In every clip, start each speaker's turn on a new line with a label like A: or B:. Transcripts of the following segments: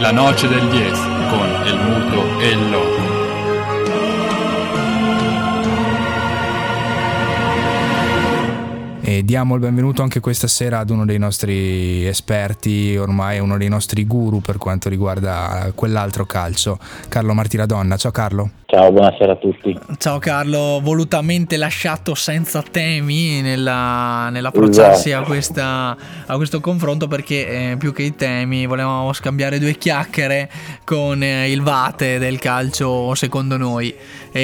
A: La noche del 10 con el muto e il loco.
B: E diamo il benvenuto anche questa sera ad uno dei nostri esperti, ormai uno dei nostri guru per quanto riguarda quell'altro calcio, Carlo Martiradonna. Ciao Carlo.
C: Ciao, buonasera a tutti.
D: Ciao Carlo, volutamente lasciato senza temi nell'approcciarsi a questo confronto, perché più che i temi volevamo scambiare due chiacchiere con il vate del calcio secondo noi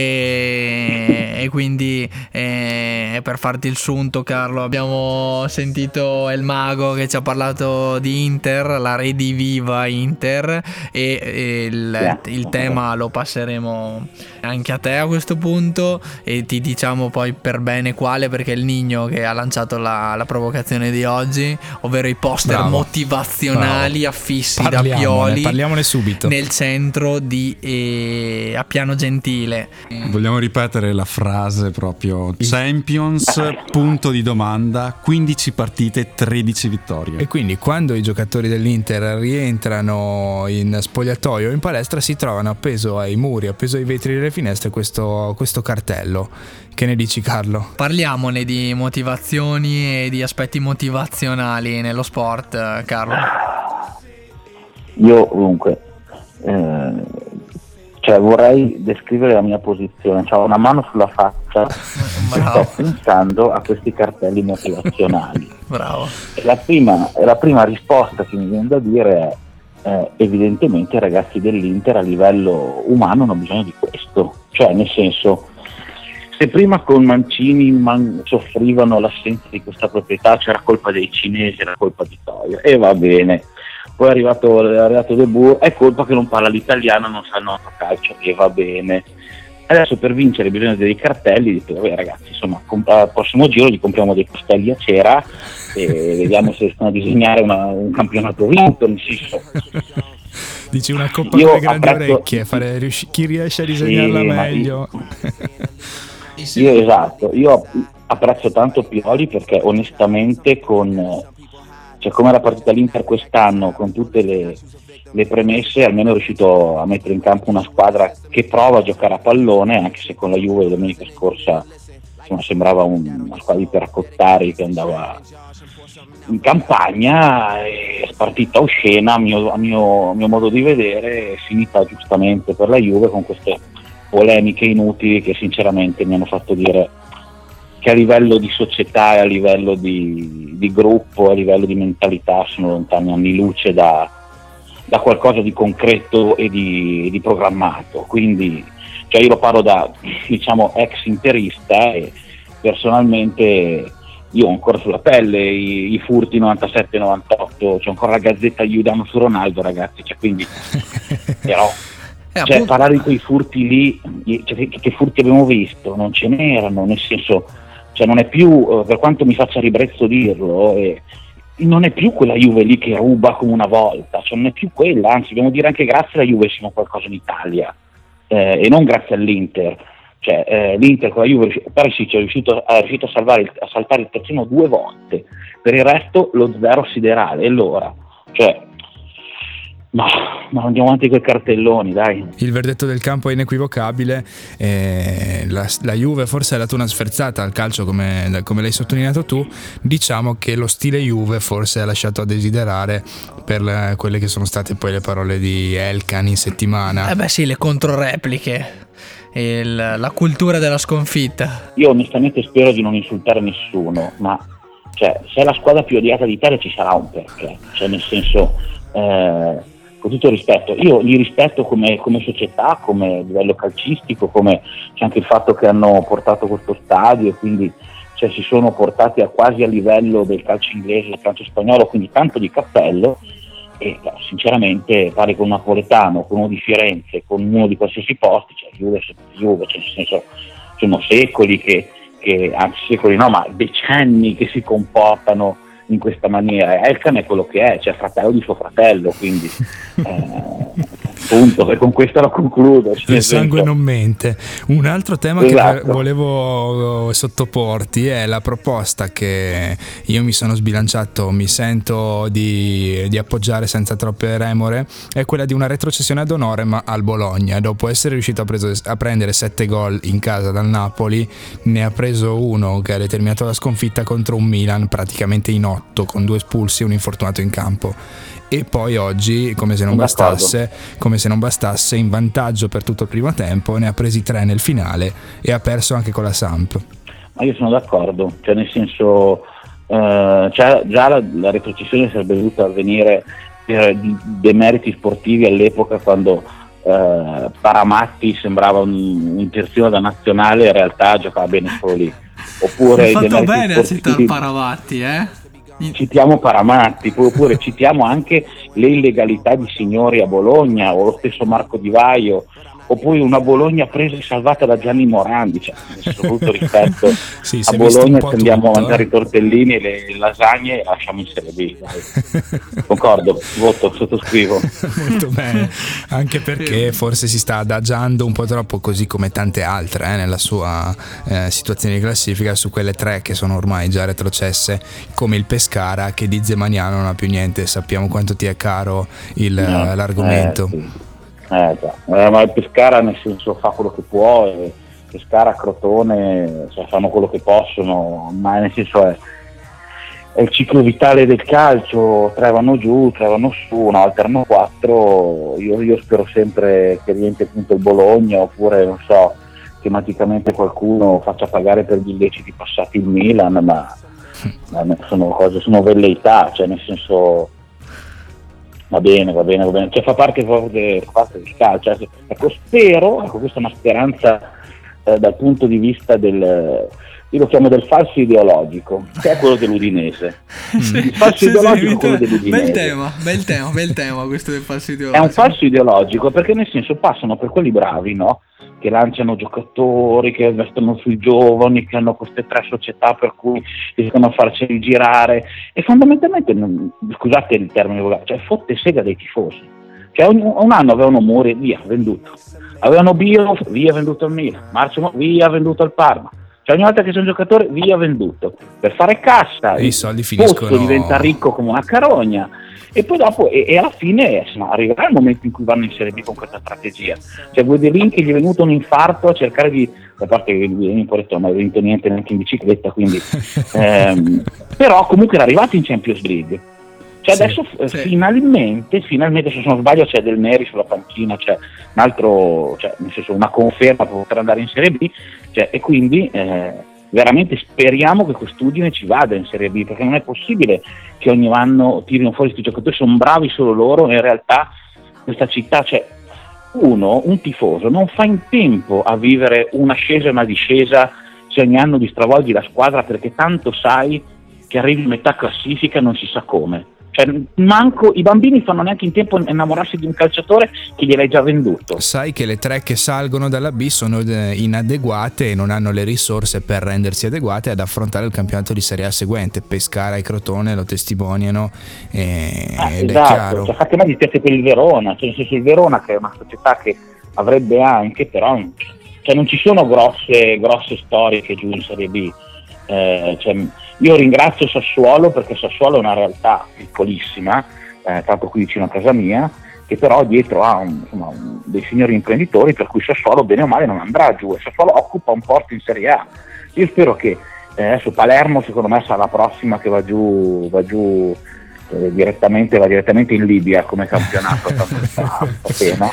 D: e quindi per farti il sunto, Carlo, abbiamo sentito El Mago che ci ha parlato di Inter, la rediviva Inter, e il tema lo passeremo anche a te a questo punto, e ti diciamo poi per bene quale, perché è il Nigno che ha lanciato la provocazione di oggi, ovvero i poster motivazionali affissi da Pioli.
B: Parliamone subito.
D: Nel centro a Piano Gentile.
A: Vogliamo ripetere la frase proprio: Champions, punto di domanda, 15 partite, 13 vittorie.
B: E quindi quando i giocatori dell'Inter rientrano in spogliatoio o in palestra si trovano appeso ai muri, appeso ai vetri delle finestre questo cartello. Che ne dici, Carlo?
D: Parliamone di motivazioni e di aspetti motivazionali nello sport, Carlo.
C: Io comunque vorrei descrivere la mia posizione. Ho una mano sulla faccia e sto pensando a questi cartelli motivazionali.
D: Bravo.
C: E la prima risposta che mi viene da dire è evidentemente i ragazzi dell'Inter a livello umano hanno bisogno di questo, cioè nel senso, se prima con Mancini soffrivano l'assenza di questa proprietà, c'era colpa dei cinesi, era colpa di Toio, e va bene. Poi è arrivato De Boer, è colpa che non parla l'italiano, non sa il nostro calcio, e va bene. Adesso per vincere bisogna dei cartelli, dico, vabbè ragazzi, insomma, al prossimo giro gli compriamo dei castelli a cera e vediamo se riescono a disegnare un campionato vinto, nel senso.
B: Dici una coppa con le grandi orecchie, chi riesce a disegnarla meglio.
C: Io apprezzo tanto Pioli, perché onestamente come era partita l'Inter quest'anno, con tutte le premesse, almeno è riuscito a mettere in campo una squadra che prova a giocare a pallone, anche se con la Juve domenica scorsa sembrava una squadra di terracottari che andava in campagna. È partita oscena a mio modo di vedere, è finita giustamente per la Juve con queste polemiche inutili che sinceramente mi hanno fatto dire che a livello di società e a livello di gruppo, a livello di mentalità sono lontani anni luce da qualcosa di concreto e di programmato. Quindi io lo parlo da ex interista, e personalmente io ho ancora sulla pelle i furti 97-98, c'è ancora la Gazzetta Giudano su Ronaldo, ragazzi, quindi però parlare di quei furti lì, che furti abbiamo visto, non ce n'erano, nel senso, non è più, per quanto mi faccia ribrezzo dirlo, non è più quella Juve lì che ruba come una volta, non è più quella, anzi dobbiamo dire anche grazie alla Juve siamo qualcosa in Italia, e non grazie all'Inter. L'Inter con la Juve Perisic è riuscito a saltare il terzino 2 volte, per il resto lo zero siderale. E allora ma andiamo avanti con i cartelloni, dai.
B: Il verdetto del campo è inequivocabile. La Juve forse ha dato una sferzata al calcio, come l'hai sottolineato tu. Diciamo che lo stile Juve forse ha lasciato a desiderare per quelle che sono state poi le parole di Elkan in settimana.
D: Le controrepliche, la cultura della sconfitta.
C: Io onestamente spero di non insultare nessuno, ma se è la squadra più odiata d'Italia ci sarà un perché, nel senso, con tutto il rispetto, io li rispetto come società, come livello calcistico, come c'è anche il fatto che hanno portato questo stadio e quindi si sono portati quasi a livello del calcio inglese, del calcio spagnolo, quindi tanto di cappello. E sinceramente pare con un napoletano, con uno di Firenze, con uno di qualsiasi posto, Juve, nel senso, sono secoli anzi secoli no, ma decenni che si comportano in questa maniera. Elkan è quello che è, fratello di suo fratello, quindi punto, e con questo lo concludo.
B: Il sangue non mente. Un altro tema
C: Esatto.
B: che volevo sottoporti è la proposta che io mi sono sbilanciato, mi sento di appoggiare senza troppe remore, è quella di una retrocessione ad onore ma al Bologna. Dopo essere riuscito a prendere 7 gol in casa dal Napoli, ne ha preso uno che ha determinato la sconfitta contro un Milan praticamente in 8, con 2 espulsi e un infortunato in campo. E poi oggi, come se non bastasse, in vantaggio per tutto il primo tempo, ne ha presi 3 nel finale e ha perso anche con la Samp.
C: Ma io sono d'accordo, cioè nel senso, già la retrocessione sarebbe dovuta avvenire per demeriti sportivi all'epoca, quando Paramatti sembrava un terzino da nazionale, in realtà giocava bene solo lì. Oppure
D: hai fatto bene
C: sportivi,
D: a citare Paramatti,
C: citiamo Paramatti, oppure citiamo anche le illegalità di Signori a Bologna, o lo stesso Marco Di Vaio, oppure una Bologna presa e salvata da Gianni Morandi, cioè, con tutto rispetto
B: sì,
C: a Bologna, che andiamo a mangiare i tortellini e le lasagne e lasciamo in Serie B, concordo, voto, sottoscrivo.
B: Molto bene, anche perché forse si sta adagiando un po' troppo, così come tante altre nella sua situazione di classifica, su quelle 3 che sono ormai già retrocesse, come il Pescara, che di Zemaniano non ha più niente. Sappiamo quanto ti è caro l'argomento.
C: Sì. Ma il Pescara, nel senso, fa quello che può, e Pescara, Crotone, cioè, fanno quello che possono, ma nel senso è il ciclo vitale del calcio. 3 vanno giù, 3 vanno su, una volta erano 4. Io spero sempre che rientri appunto il Bologna, oppure non so, tematicamente qualcuno faccia pagare per gli illeciti passati il Milan, ma sono velleità, cioè nel senso, va bene, cioè fa parte del calcio. Ecco, spero, questa è una speranza dal punto di vista io lo chiamo del falso ideologico, che è quello dell'Udinese. Il falso ideologico è quello dell'Udinese.
D: Bel tema questo del falso ideologico.
C: È un falso ideologico perché, nel senso, passano per quelli bravi, no? Che lanciano giocatori, che investono sui giovani, che hanno queste 3 società per cui riescono a farceli girare, e fondamentalmente, scusate il termine volgare, cioè fotte sega dei tifosi. Cioè un anno avevano Muri, via, venduto. Avevano Bio, via, venduto al Milan. Marcio, via, venduto al Parma. Cioè ogni volta che c'è un giocatore, via, venduto. Per fare cassa,
B: i soldi finiscono.
C: Pozzo diventa ricco come una carogna. E poi dopo, e alla fine, arriverà il momento in cui vanno in Serie B con questa strategia. Cioè Guedelin, che gli è venuto un infarto a cercare di, a parte che lui non ha vinto niente neanche in bicicletta, quindi però comunque era arrivato in Champions League. Cioè
D: sì,
C: adesso finalmente, se non sbaglio, c'è Del Neri sulla panchina, c'è un altro, cioè nel senso, una conferma per poter andare in Serie B, cioè, e quindi veramente speriamo che quest'Udine ci vada in Serie B, perché non è possibile che ogni anno tirino fuori questi giocatori, sono bravi solo loro, e in realtà questa città, cioè un tifoso non fa in tempo a vivere un'ascesa e una discesa se ogni anno ti stravolgi la squadra, perché tanto sai che arrivi in metà classifica non si sa come. Cioè, manco i bambini fanno neanche in tempo a innamorarsi di un calciatore che gliel'hai già venduto.
B: Sai che le 3 che salgono dalla B sono inadeguate e non hanno le risorse per rendersi adeguate ad affrontare il campionato di Serie A seguente. Pescara e Crotone lo testimoniano, ed
C: esatto,
B: è chiaro.
C: Cioè, infatti a me dispiace per il Verona, cioè, nel senso, il Verona, che è una società che avrebbe anche, però cioè, non ci sono grosse storie che giù in Serie B. Cioè, io ringrazio Sassuolo, perché Sassuolo è una realtà piccolissima, tanto qui vicino a casa mia, che però dietro ha dei signori imprenditori, per cui Sassuolo bene o male non andrà giù, e Sassuolo occupa un posto in Serie A. Io spero che adesso Palermo, secondo me, sarà la prossima che va giù direttamente in Libia come campionato, fa pena.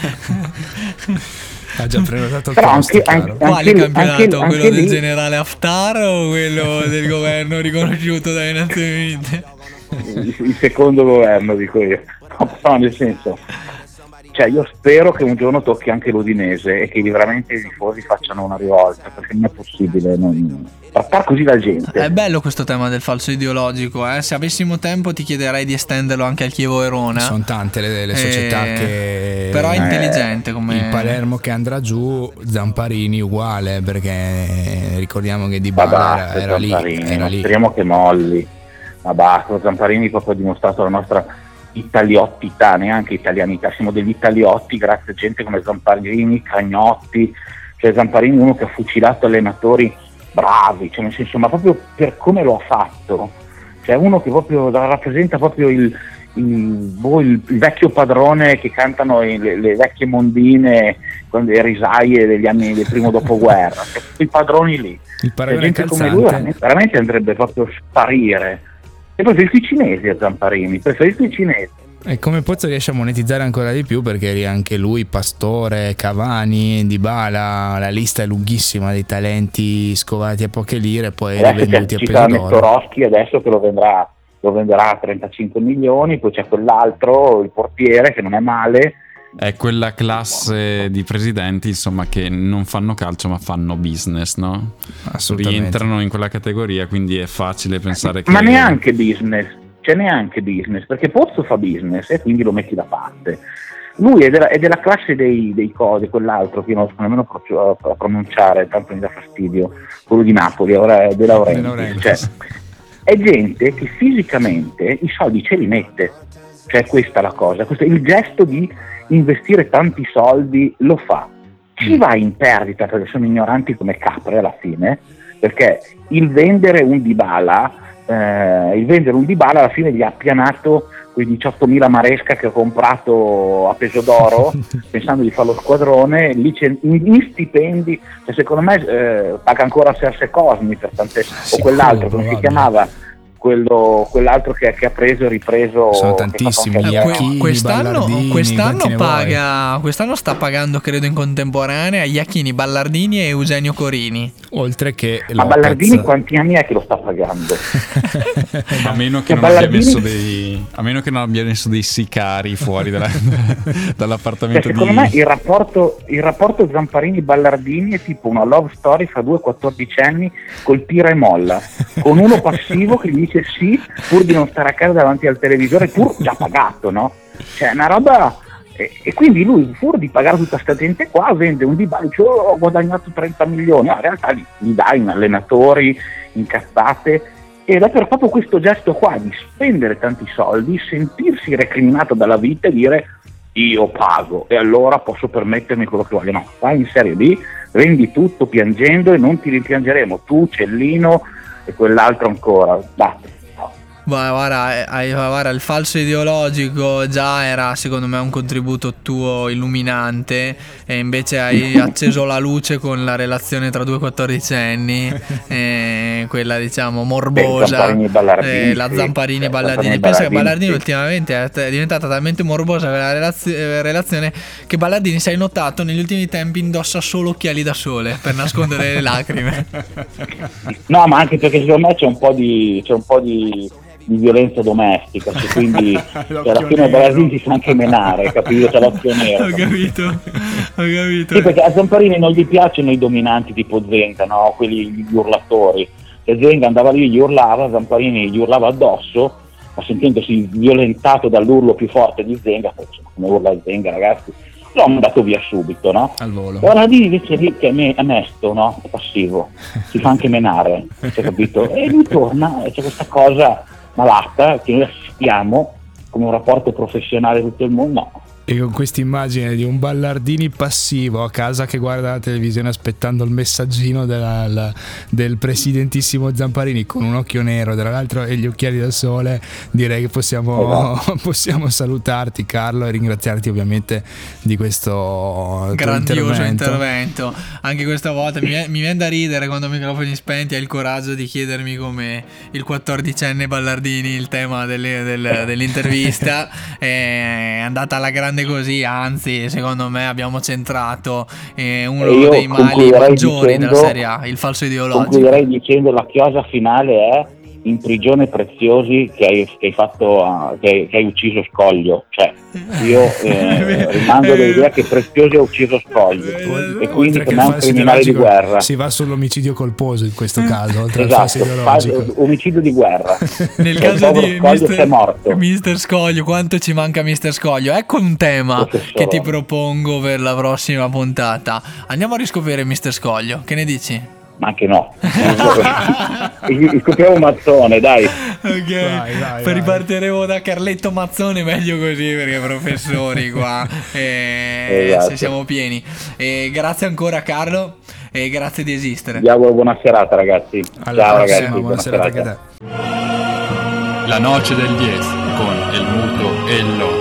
B: Ha già prenotato il
C: però
B: posto,
D: quale campionato? Quello del
C: lì,
D: generale Haftar o quello del governo riconosciuto dalle Nazioni Unite?
C: Il secondo governo, dico io. No, però nel senso, cioè io spero che un giorno tocchi anche l'Udinese e che veramente i tifosi facciano una rivolta, perché non è possibile trattare così la gente.
D: È bello questo tema del falso ideologico, se avessimo tempo ti chiederei di estenderlo anche al Chievo Verona.
B: Sono tante le società che,
D: però è intelligente come
B: il Palermo che andrà giù, Zamparini uguale, perché ricordiamo che Dybala era lì.
C: Speriamo che molli, ma basta. Zamparini proprio ha dimostrato la nostra italiottità, neanche italianità, siamo degli italiotti grazie a gente come Zamparini, Cagnotti, cioè Zamparini uno che ha fucilato allenatori bravi, cioè nel senso, ma proprio per come lo ha fatto, cioè uno che proprio rappresenta proprio il vecchio padrone che cantano le vecchie mondine, le risaie degli anni del primo dopoguerra, cioè, quei padroni lì,
B: Il paragone
C: gente come lui veramente andrebbe proprio a sparire. E preferisco i cinesi a Zamparini, preferisco i cinesi.
B: E come Pozzo riesce a monetizzare ancora di più, perché eri anche lui, Pastore, Cavani, Dybala, la lista è lunghissima dei talenti scovati a poche lire, poi rivenduti a peso d'oro.
C: Roschi adesso che lo venderà a 35 milioni, poi c'è quell'altro, il portiere, che non è male.
A: È quella classe di presidenti, insomma, che non fanno calcio ma fanno business, no?
B: Assolutamente.
A: Rientrano in quella categoria, quindi è facile pensare che...
C: Ma neanche business, perché Pozzo fa business e quindi lo metti da parte. Lui è della classe dei cose, quell'altro che io non so nemmeno a pronunciare, tanto mi dà fastidio, quello di Napoli, ora è De Laurentiis. Cioè, è gente che fisicamente i soldi ce li mette, cioè questa è la cosa, questo è il gesto di investire tanti soldi, lo fa. Ci va in perdita perché sono ignoranti come capre alla fine, perché il vendere un Dybala alla fine gli ha appianato quei 18.000 Maresca che ho comprato a peso d'oro pensando di fare lo squadrone in stipendi, cioè, secondo me paga ancora Serse Cosmi per tante, o quell'altro come si chiamava, quell'altro che ha preso e ripreso.
B: Sono tantissimi.
D: Quest'anno sta pagando, credo in contemporanea, Iachini, Ballardini e Eugenio Corini.
B: Oltre che
C: ma
B: Lopez.
C: Ballardini quanti anni è che lo sta pagando?
A: A meno che non abbia messo dei sicari fuori dall'appartamento.
C: Cioè, secondo me il rapporto Zamparini-Ballardini è tipo una love story fra due 14enni col tira e molla, con uno passivo che gli dice sì pur di non stare a casa davanti al televisore, pur già pagato, no? Cioè una roba, e quindi lui pur di pagare tutta sta gente qua vende un Dybala, dice ho guadagnato 30 milioni, in realtà gli dai in allenatori, in cazzate, ed è per proprio questo gesto qua di spendere tanti soldi, sentirsi recriminato dalla vita e dire io pago e allora posso permettermi quello che voglio. No, vai in Serie B, vendi tutto piangendo e non ti rimpiangeremo, tu, Cellino e quell'altro ancora, date.
D: Guarda, il falso ideologico già era secondo me un contributo tuo illuminante, e invece hai acceso la luce con la relazione tra due 14enni, quella diciamo morbosa, la Zamparini Ballardini. Pensa che Ballardini ultimamente è diventata talmente morbosa quella relazione che Ballardini, si è notato, negli ultimi tempi indossa solo occhiali da sole per nascondere le lacrime.
C: No, ma anche perché secondo me c'è un po' di violenza domestica, cioè, quindi alla fine Ballardini si sa anche menare, capito? C'è l'occhio nero.
D: Ho capito.
C: Sì, perché a Zamparini non gli piacciono i dominanti tipo Zenga, no? Quelli gli urlatori. E Zenga andava lì, gli urlava, Zamparini gli urlava addosso, ma sentendosi violentato dall'urlo più forte di Zenga, poi, insomma, come urla Zenga, ragazzi, l'ho mandato via subito, no?
B: Al volo.
C: Ballardini invece lì che è mesto, no? È passivo, si fa anche menare, cioè, capito? E lui torna e c'è questa cosa malata che noi assistiamo come un rapporto professionale di tutto il mondo, no.
B: E con questa immagine di un Ballardini passivo a casa che guarda la televisione aspettando il messaggino del presidentissimo Zamparini con un occhio nero dall'altro e gli occhiali da sole, direi che possiamo salutarti, Carlo, e ringraziarti ovviamente di questo
D: grandioso intervento. Anche questa volta mi viene da ridere quando microfoni spenti hai il coraggio di chiedermi come il 14enne Ballardini il tema dell'intervista. È andata alla grande così, anzi secondo me abbiamo centrato uno dei mali maggiori della Serie A, il falso ideologico.
C: Concluderei dicendo la chiosa finale è: in prigione Preziosi che hai fatto, che hai ucciso Scoglio. Cioè io rimango dell'idea che Preziosi ha ucciso Scoglio e quindi per me è un criminale di guerra.
B: Si va sull'omicidio colposo in questo caso, oltre
C: esatto,
B: al falso ideologico.
C: Omicidio di guerra.
D: Nel caso di
C: morto.
D: Mister Scoglio, quanto ci manca Mister Scoglio? Ecco un tema che ti propongo per la prossima puntata. Andiamo a riscoprire Mister Scoglio, che ne dici?
C: ma anche no. Scopriamo Mazzone, dai.
D: Ok,
B: vai.
D: ripartiremo da Carletto Mazzone, meglio così perché professori qua
C: Esatto.
D: se siamo pieni. Grazie ancora Carlo e grazie di esistere.
C: Vi auguro buona serata, ragazzi.
B: Alla
C: Ciao
B: prossima,
C: ragazzi,
B: buona serata anche a te.
A: La noce del 10 con el muto e el loco.